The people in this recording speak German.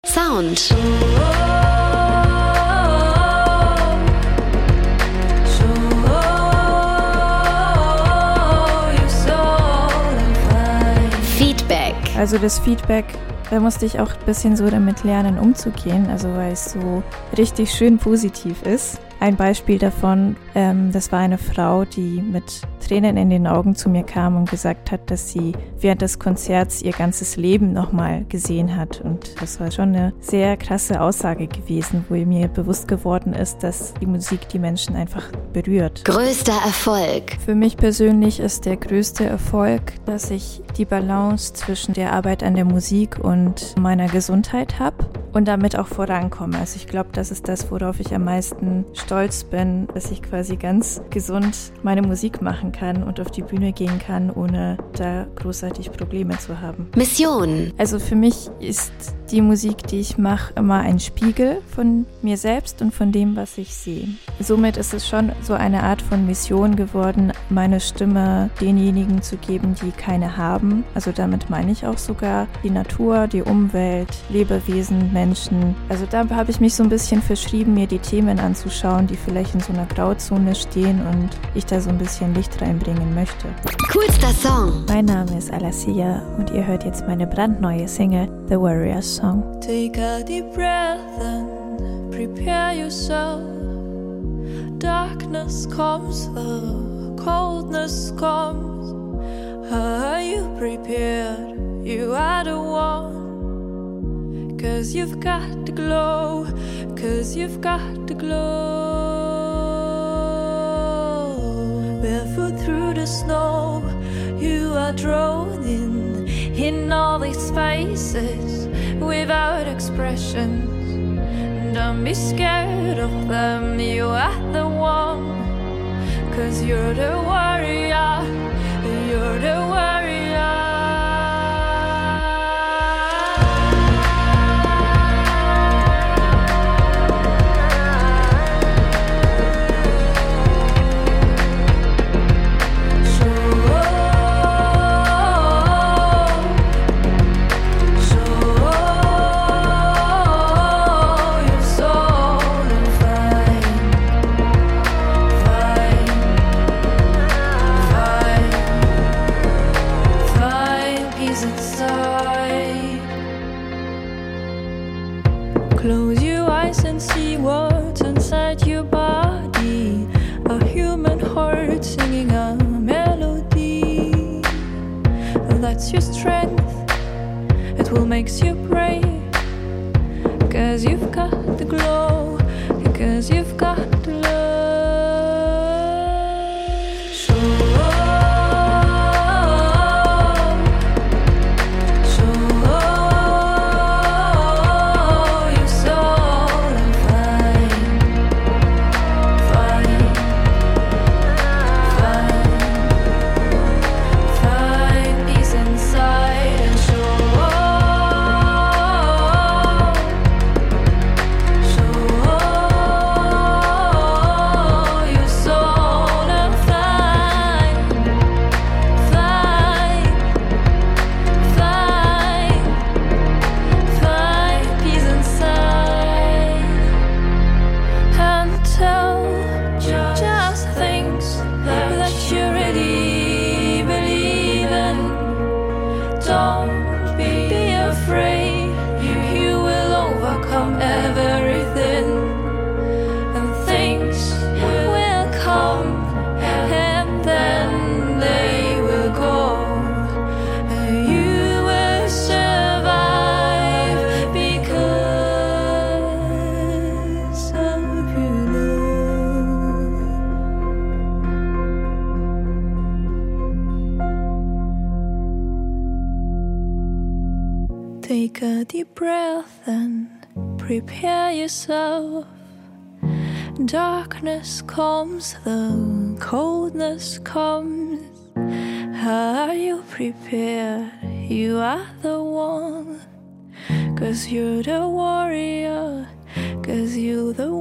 Sound. Feedback. Also das Feedback, da musste ich auch ein bisschen so damit lernen, umzugehen, also weil es so richtig schön positiv ist. Ein Beispiel davon, das war eine Frau, die mit Tränen in den Augen zu mir kam und gesagt hat, dass sie während des Konzerts ihr ganzes Leben nochmal gesehen hat. Und das war schon eine sehr krasse Aussage gewesen, wo mir bewusst geworden ist, dass die Musik die Menschen einfach berührt. Größter Erfolg. Für mich persönlich ist der größte Erfolg, dass ich die Balance zwischen der Arbeit an der Musik und meiner Gesundheit habe und damit auch vorankomme. Also ich glaube, das ist das, worauf ich am meisten stolz bin, dass ich quasi ganz gesund meine Musik machen kann und auf die Bühne gehen kann, ohne da großartig Probleme zu haben. Mission. Also für mich ist die Musik, die ich mache, immer ein Spiegel von mir selbst und von dem, was ich sehe. Somit ist es schon so eine Art von Mission geworden, meine Stimme denjenigen zu geben, die keine haben. Also damit meine ich auch sogar die Natur, die Umwelt, Lebewesen, Menschen. Also da habe ich mich so ein bisschen verschrieben, mir die Themen anzuschauen, die vielleicht in so einer Grauzone stehen und ich da so ein bisschen Licht reinbringen möchte. Coolster Song. Mein Name ist Alasia und ihr hört jetzt meine brandneue Single The Warrior Song. Take a deep breath and prepare yourself. Darkness comes, the coldness comes. Are you prepared? You are the one. 'Cause you've got to glow, 'cause you've got to glow. Barefoot through the snow, you are droning in all these spaces without expressions. Don't be scared of them, you are the one. 'Cause you're the warrior, you're the warrior. Close your eyes and see what's inside your body. A human heart singing a melody. That's your strength, it will make you brave. 'Cause you've got the glow, 'cause you've got the love. Don't be afraid, you will overcome everything, and things will come, and then they will go, and you will survive because of your love. Take a deep breath and prepare yourself. Darkness comes, the coldness comes. Are you prepared? You are the one. 'Cause you're the warrior, 'cause you're the